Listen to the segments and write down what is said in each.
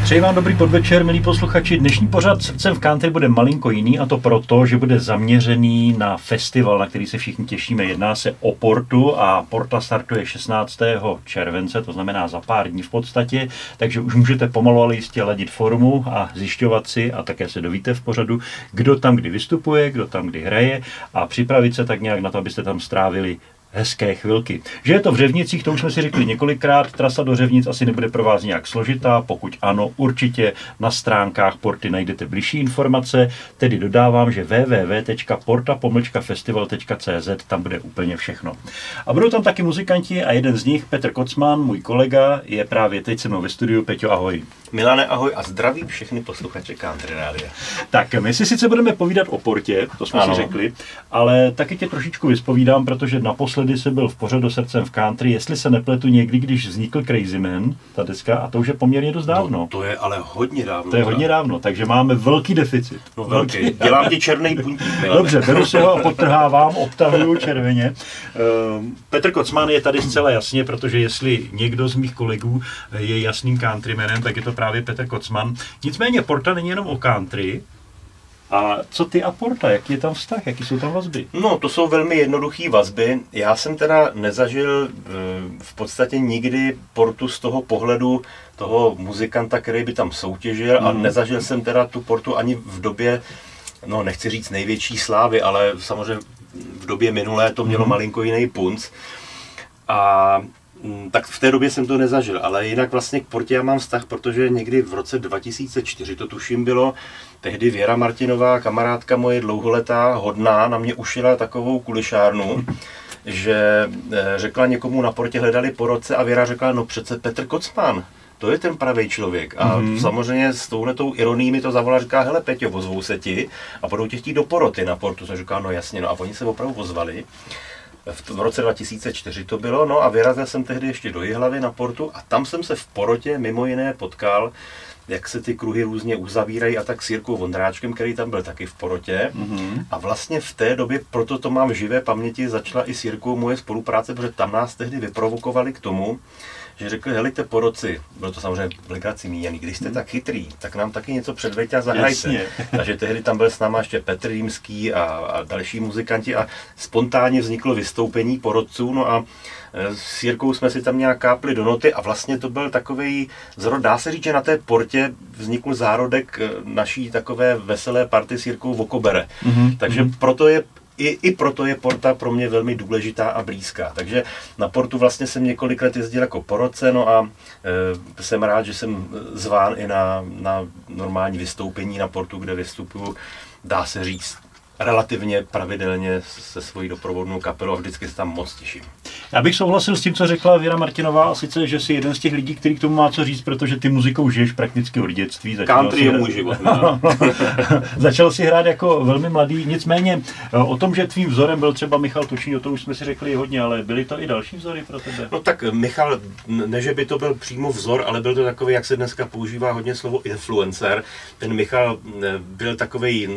Přeji vám dobrý podvečer, milí posluchači. Dnešní pořad Srdcem v country bude malinko jiný, a to proto, že bude zaměřený na festival, na který se všichni těšíme. Jedná se o Portu a Porta startuje 16. července, to znamená za pár dní v podstatě, takže už můžete pomalu ale jistě ladit formu a zjišťovat si, a také se dovíte v pořadu, kdo tam kdy vystupuje, kdo tam kdy hraje a připravit se tak nějak na to, abyste tam strávili hezké chvilky. Že je to v Řevnicích, to už jsme si řekli několikrát, trasa do Řevnic asi nebude pro vás nějak složitá, pokud ano, určitě na stránkách Porty najdete bližší informace, tedy dodávám, že www.porta-festival.cz, tam bude úplně všechno. A budou tam taky muzikanti a jeden z nich, Petr Kocman, můj kolega, je právě teď se mnou ve studiu. Peťo, ahoj. Milane, ahoj a zdravím všechny posluchače Country Rádia. Tak, my si sice budeme povídat o Portě, to jsme si řekli, ale taky tě trošičku vyspovídám, protože naposledy se byl v pořadu Srdcem v country, jestli se nepletu někdy, když vznikl Crazy Man, ta deska, a to už je poměrně dost dávno. No, to je ale hodně dávno. To je hodně dávno, takže máme velký deficit. No velký. Dělám ti černý puntík. Dobře, beru se ho a podtrhávám, obtahuju červeně. Petr Kocman je tady zcela jasně, protože jestli někdo z mých kolegů je jasným countrymanem, tak je to právě Petr Kocman. Nicméně Porta není jenom o country. A co ty a Porta? Jaký je tam vztah? Jaký jsou tam vazby? No, to jsou velmi jednoduché vazby. Já jsem teda nezažil v podstatě nikdy Portu z toho pohledu toho muzikanta, který by tam soutěžil, a nezažil jsem teda tu Portu ani v době, no nechci říct největší slávy, ale samozřejmě v době minulé to mělo malinko jiný punc. A tak v té době jsem to nezažil, ale jinak vlastně k Portě já mám vztah, protože někdy v roce 2004 to tuším bylo, tehdy Věra Martinová, kamarádka moje dlouholetá, hodná, na mě ušila takovou kulišárnu, že řekla někomu na Portě, hledali po roce, a Věra řekla, no přece Petr Kocman, to je ten pravý člověk. A samozřejmě s touhletou ironií mi to zavolala, říká, hele Peťo, ozvou se ti a budou tě chtít do poroty na Portu. Jsem říkal, no jasně, no a oni se opravdu ozvali. V roce 2004 to bylo, no a vyrazil jsem tehdy ještě do Jihlavy na Portu a tam jsem se v porotě mimo jiné potkal, jak se ty kruhy různě uzavírají, a tak s Jirkou Vondráčkem, který tam byl taky v porotě. A vlastně v té době, proto to mám v živé paměti, začala i s Jirkou moje spolupráce, protože tam nás tehdy vyprovokovali k tomu, že řekli, helejte porotci, bylo to samozřejmě v legraci míněný, když jste tak chytrý, tak nám taky něco předveďte a zahrajte. Takže tehdy tam byl s náma ještě Petr Rýmský a další muzikanti a spontánně vzniklo vystoupení porotců, no a s Jirkou jsme si tam nějak kápli do noty a vlastně to byl takovej zrod, dá se říct, že na té Portě vznikl zárodek naší takové veselé party s Jirkou Vokobere. Takže proto je I proto je Porta pro mě velmi důležitá a blízká. Takže na Portu vlastně jsem několik let jezdil jako porotce, no a jsem rád, že jsem zván i na normální vystoupení na Portu, kde vystupuju, dá se říct, relativně pravidelně se svojí doprovodnou kapelou, a vždycky se tam moc těším. Já bych souhlasil s tím, co řekla Věra Martinová, a sice, že jsi jeden z těch lidí, který k tomu má co říct, protože ty muzikou žiješ prakticky od dětství. Country je můj život. Začal si hrát jako velmi mladý, nicméně o tom, že tvým vzorem byl třeba Michal Tučný, o tom už jsme si řekli hodně, ale byly to i další vzory pro tebe? No tak Michal, ne že by to byl přímo vzor, ale byl to takový, jak se dneska používá hodně slovo influencer. Ten Michal byl takovej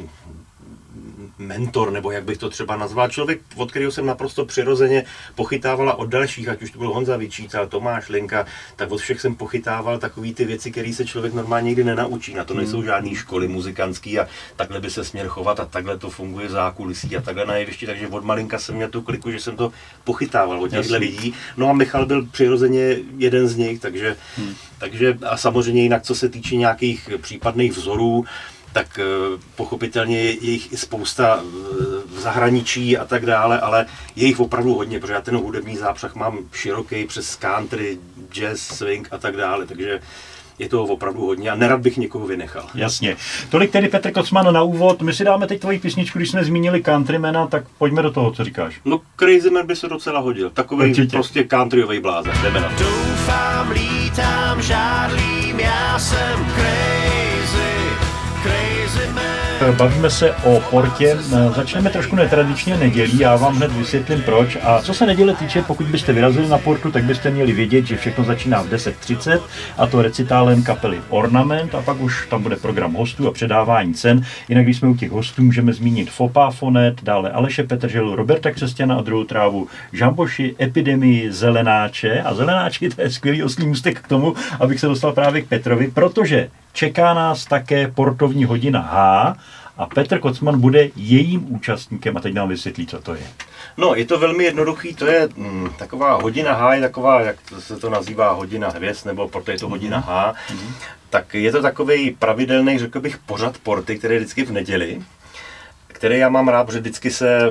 mentor, nebo jak bych to třeba nazval, člověk, od kterého jsem naprosto přirozeně pochytávala od dalších, ať už to byl Honza Vyčítal, Tomáš Linka, tak od všech jsem pochytával takový ty věci, které se člověk normálně nikdy nenaučí. Na to nejsou žádné školy muzikantský a takhle by se směl chovat a takhle to funguje v zákulisí a takhle na jevišti, takže od malinka jsem měl tu kliku, že jsem to pochytával od těchto lidí. No a Michal byl přirozeně jeden z nich, takže a samozřejmě jinak, co se týče nějakých případných vzorů, tak pochopitelně je jich i spousta v zahraničí a tak dále, ale je jich opravdu hodně, protože já ten hudební zápřah mám široký přes country, jazz, swing a tak dále, takže je toho opravdu hodně a nerad bych někoho vynechal. Jasně. Tolik tedy Petr Kocman na úvod. My si dáme teď tvoji písničku, když jsme zmínili countrymana, tak pojďme do toho, co říkáš. No Crazy Man by se docela hodil. Takový určitě. Prostě countryový blázen. Jdeme na to. Doufám, lítám, žádlím, já jsem crazy, Bavíme se o portě. Začneme trošku netradičně nedělí, já vám hned vysvětlím proč. A co se neděle týče, pokud byste vyrazili na portu, tak byste měli vědět, že všechno začíná v 10:30 a to recitálem kapely Ornament a pak už tam bude program hostů a předávání cen. Jinak když jsme u těch hostů, můžeme zmínit Fopa Fonet, dále Aleše Petrželu, Roberta Křesťana a Druhou trávu, Žamboši, Epidemii, Zelenáče. A Zelenáči, to je skvělý oslý můstek k tomu, abych se dostal právě k Petrovi, protože čeká nás také portovní hodina H a Petr Kocman bude jejím účastníkem a teď nám vysvětlí, co to je. No, je to velmi jednoduchý, to je taková hodina H, je taková, jak se to nazývá, hodina hvězd, nebo proto je to hodina H. Tak je to takový pravidelný, řekl bych, pořad porty, který je vždycky v neděli, který já mám rád, protože vždycky se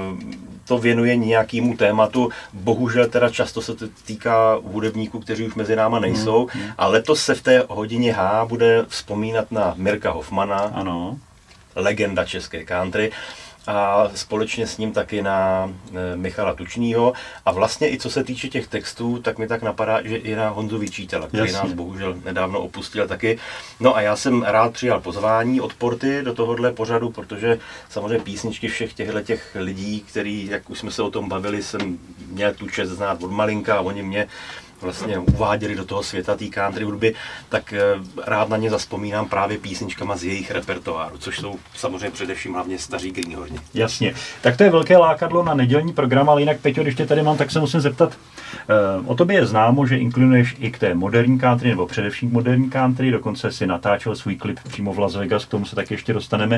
to věnuje nějakému tématu. Bohužel teda často se to týká hudebníků, kteří už mezi náma nejsou. A letos se v té hodině H bude vzpomínat na Mirka Hoffmana, ano, legenda české country, a společně s ním taky na Michala Tučnýho. A vlastně i co se týče těch textů, tak mi tak napadá, že i na Honzu Vyčítala, který nás bohužel nedávno opustil taky. No a já jsem rád přijal pozvání od porty do tohohle pořadu, protože samozřejmě písničky všech těchto lidí, který, jak už jsme se o tom bavili, jsem měl tu čest znát od malinka a oni mě vlastně uváděli do toho světa té country hudby, tak rád na ně zazpomínám právě písničkama z jejich repertoáru, což jsou samozřejmě především hlavně staří greenhorni. Jasně. Tak to je velké lákadlo na nedělní program, ale jinak, Peťo, když tě tady mám, tak se musím zeptat. O tobě je známo, že inklinuješ i k té moderní country, nebo především k moderní country, dokonce si natáčel svůj klip přímo v Las Vegas, k tomu se tak ještě dostaneme.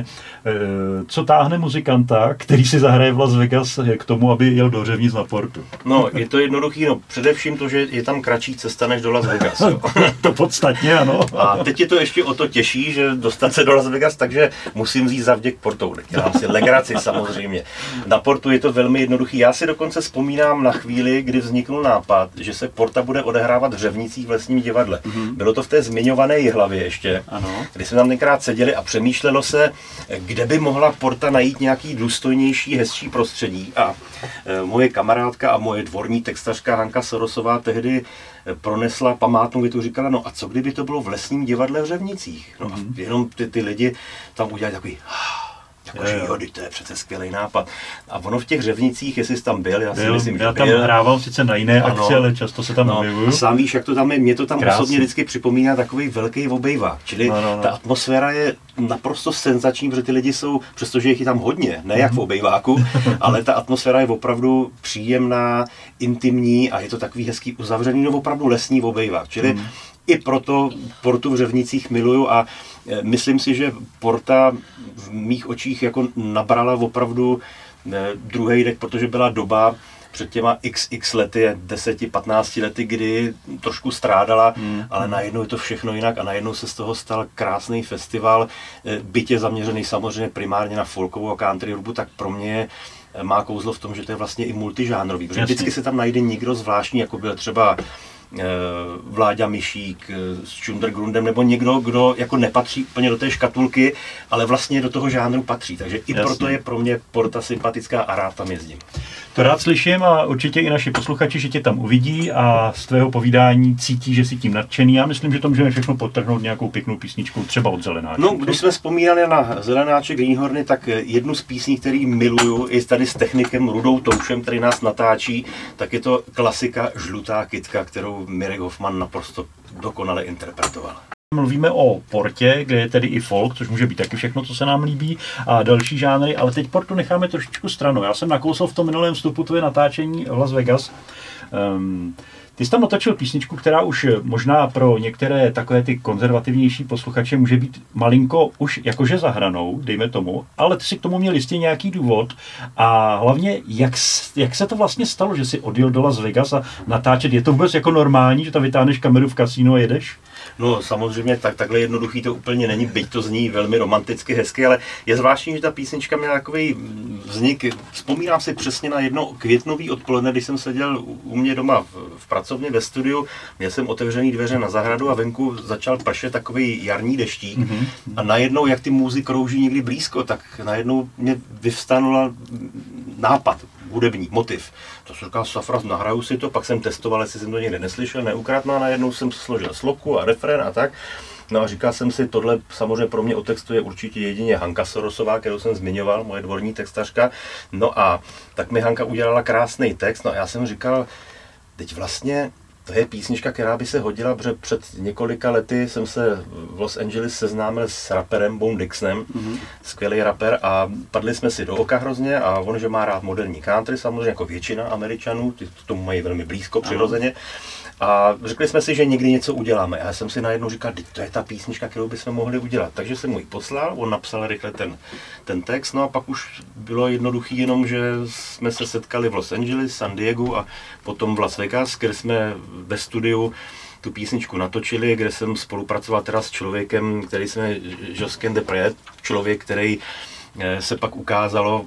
Co táhne muzikanta, který si zahraje v Las Vegas k tomu, aby jel do Řevnic na portu? No, je to jednoduchý, no především to, že je tam kratší cesta než do Las Vegas. Jo. To podstatně, ano. A teď je to ještě o to těžší, že dostat se do Las Vegas, takže musím vzít zavděk portou. Dělám si legraci samozřejmě. Na portu je to velmi jednoduchý. Já si dokonce vzpomínám na chvíli, kdy vzniknul nápad, že se porta bude odehrávat v Řevnicích v Lesním divadle. Bylo to v té zmiňované Jihlavě ještě, kdy jsme tam tenkrát seděli a přemýšlelo se, kde by mohla porta najít nějaký důstojnější, hezčí prostředí. A moje kamarádka a moje dvorní textařka Hanka Sorosová tehdy pronesla památnou větu, říkala, no a co kdyby to bylo v Lesním divadle v Řevnicích? No a jenom ty lidi tam udělali takový, jakože jo, to je přece skvělý nápad. A ono v těch Řevnicích, jestli jsi tam byl, já si myslím, že já tam hrával sice na jiné akci, ale často se tam objevuju. Sám víš, jak to tam je, mě to tam osobně vždycky připomíná takový velký obejvák, čili ta atmosféra je naprosto senzační, protože ty lidi jsou, přestože jich je tam hodně, ne jak v obejváku, ale ta atmosféra je opravdu příjemná, intimní a je to takový hezký uzavřený, no opravdu lesní obejvák, čili i proto portu v Řevnicích miluju a myslím si, že porta v mých očích jako nabrala opravdu druhý dech, protože byla doba před těma xx lety, 10-15 lety, kdy trošku strádala, ale najednou je to všechno jinak a najednou se z toho stal krásný festival, byť je zaměřený samozřejmě primárně na folkovou a country hudbu, tak pro mě má kouzlo v tom, že to je vlastně i multižánrový, protože vždycky se tam najde někdo zvláštní, jako byl třeba Vláďa Mišík s Čundergrundem, nebo někdo, kdo jako nepatří úplně do té škatulky, ale vlastně do toho žánru patří. Takže i proto je pro mě porta sympatická a rád tam jezdím. To rád slyším a určitě i naši posluchači, že tě tam uvidí a z tvého povídání cítí, že jsi tím nadšený. Já myslím, že to můžeme všechno podtrhnout nějakou pěknou písničkou, třeba od Zelenáče. No, když jsme vzpomínali na Zelenáče Greenhorny, tak jednu z písní, který miluju, i tady s technikem Rudou Toušem, který nás natáčí, tak je to klasika Žlutá kytka, kterou Mirek Hoffman naprosto dokonale interpretoval. Mluvíme o portě, kde je tedy i folk, což může být taky všechno, co se nám líbí, a další žánry, ale teď portu necháme trošičku stranou. Já jsem nakousl v tom minulém vstupu tvoje natáčení v Las Vegas. Ty jsi tam natočil písničku, která už možná pro některé takové ty konzervativnější posluchače může být malinko už jakože za hranou, dejme tomu, ale ty si k tomu měl jistě nějaký důvod a hlavně, jak se to vlastně stalo, že jsi odjel do Las Vegas a natáčet, je to vůbec jako normální, že tam vytáhneš kameru v kasínu a jedeš? No samozřejmě takhle jednoduchý to úplně není, byť to zní velmi romanticky, hezky, ale je zvláštní, že ta písnička měla takový vznik. Vzpomínám si přesně na jedno květnový odpoledne, když jsem seděl u mě doma v pracovně ve studiu, měl jsem otevřený dveře na zahradu a venku začal pršet takový jarní deštík a najednou, jak ty můzy krouží někdy blízko, tak najednou mě vyvstanul nápad, hudební motiv. To jsem říkal, safra, nahraju si to, pak jsem testoval, jestli jsem to někde neslyšel, neukradl, a najednou jsem složil sloku a refrén a tak. No a říkal jsem si, tohle samozřejmě pro mě otextuje určitě jedině Hanka Sorosová, kterou jsem zmiňoval, moje dvorní textařka. No a tak mi Hanka udělala krásný text, no a já jsem říkal, teď vlastně to je písnička, která by se hodila, protože před několika lety jsem se v Los Angeles seznámil s raperem Bone Dixonem, skvělý rapper, a padli jsme si do oka hrozně a on, že má rád moderní country, samozřejmě jako většina Američanů, ty k tomu mají velmi blízko přirozeně. A řekli jsme si, že někdy něco uděláme. A já jsem si najednou říkal, to je ta písnička, kterou bychom mohli udělat. Takže jsem mu ji poslal, on napsal rychle ten text, no a pak už bylo jednoduchý jenom, že jsme se setkali v Los Angeles, San Diego a potom v Las Vegas, kde jsme ve studiu tu písničku natočili, kde jsem spolupracoval teda s člověkem, který se jmenuje Josquin Depré, člověk, který se pak ukázalo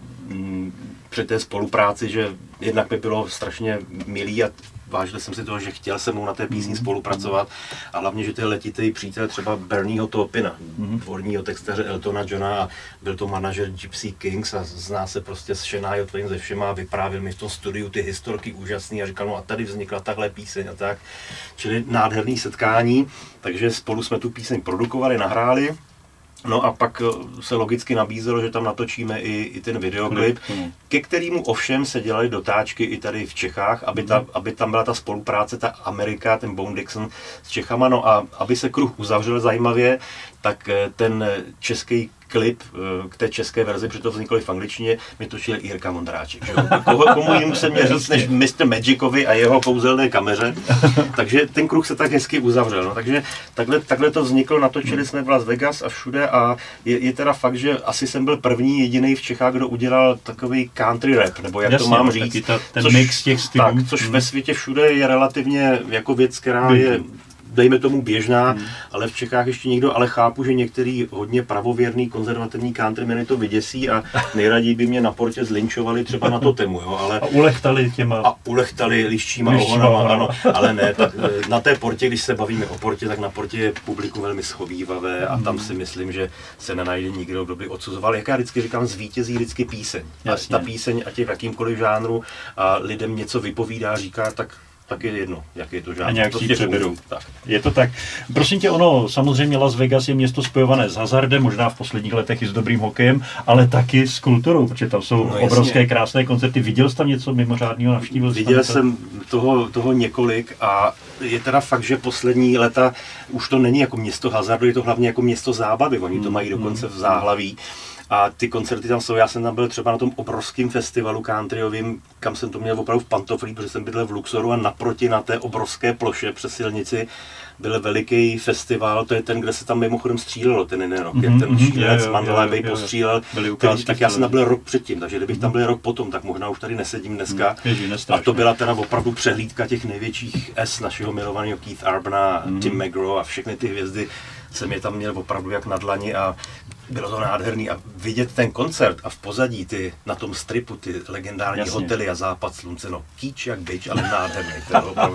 při té spolupráci, že jednak mi bylo strašně milý a vážil jsem si toho, že chtěl se mnou na té písni spolupracovat a hlavně, že to je letitý přítel třeba Bernieho Taupina, dvorního textaře Eltona Johna, a byl to manažer Gypsy Kings a zná se prostě s Shania Twain ze všema a vyprávěl mi v tom studiu ty historky úžasný a říkal, no a tady vznikla tahle píseň a tak. Čili nádherný setkání, takže spolu jsme tu píseň produkovali, nahráli. No a pak se logicky nabízelo, že tam natočíme i ten videoklip, ke kterému ovšem se dělaly dotáčky i tady v Čechách, aby tam byla ta spolupráce, ta Amerika, ten Bone Dixon s Čechama, no a aby se kruh uzavřel zajímavě, tak ten český klip k té české verzi, protože to vzniklo i v angličtině, mi točil Jirka Mondráček. Že? Komu jinému se mě říct než Mr. Magicovi a jeho kouzelné kameře. Takže ten kruh se tak hezky uzavřel. No, takže takhle to vzniklo, natočili jsme v Las Vegas a všude a je teda fakt, že asi jsem byl první jediný v Čechách, kdo udělal takový country rap, nebo jak jasně, to mám říct. Ten mix těch stylů. Tak, což ve světě všude je relativně jako věc, která je dejme tomu běžná, ale v Čechách ještě nikdo, ale chápu, že některý hodně pravověrný konzervativní countrymen to vyděsí a nejraději by mě na portě zlinčovali třeba na to tému, jo, ale... A ulechtali těma... A ulechtali liščíma ohonama, ano, ale ne, tak na té portě, když se bavíme o portě, tak na portě je publikum velmi schovývavé a tam si myslím, že se nenajde nikdo, kdo by odsuzoval. Jak já vždycky říkám, zvítězí vždycky píseň. Jasně. A ta píseň, ať je v jakýmkoliv žánru a lidem něco vypovídá, říká, tak je jedno, jak je to žádný. A nějak si přeberou. Tak. Je to tak. Prosím tě, ono, samozřejmě Las Vegas je město spojované s hazardem, možná v posledních letech i s dobrým hokejem, ale taky s kulturou, protože tam jsou obrovské krásné koncerty. Viděl jsi tam něco mimořádného, navštívil? Viděl jsem toho několik a je teda fakt, že poslední léta už to není jako město hazardu, je to hlavně jako město zábavy. Oni to mají dokonce v záhlaví. A ty koncerty tam jsou, já jsem tam byl třeba na tom obrovském festivalu countryovým, kam jsem to měl opravdu v pantoflích, protože jsem bydlel v Luxoru a naproti na té obrovské ploše přes silnici byl veliký festival, to je ten, kde se tam mimochodem střílelo ten jeden rok, jak ten šílenec Mandela postřílel, tak já jsem tam byl rok předtím, takže kdybych tam byl rok potom, tak možná už tady nesedím dneska. A to byla teda opravdu přehlídka těch největších S našeho milovaného Keith Urbana, Tim McGraw a všechny ty hvězdy jsem je tam měl opravdu jak na dlani a bylo to nádherný a vidět ten koncert a v pozadí ty na tom stripu ty legendární hotely a západ slunce, no kýč jak bič, ale nádherný, to je opravdu.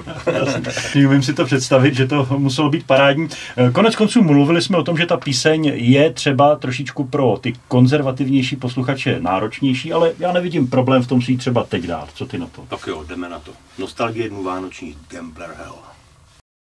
Umím si to představit, že to muselo být parádní. Konec konců mluvili jsme o tom, že ta píseň je třeba trošičku pro ty konzervativnější posluchače náročnější, ale já nevidím problém v tom si ji třeba teď dát. Co ty na to? Tak jo, jdeme na to. Nostalgie dnů vánočních, Gambler Hell.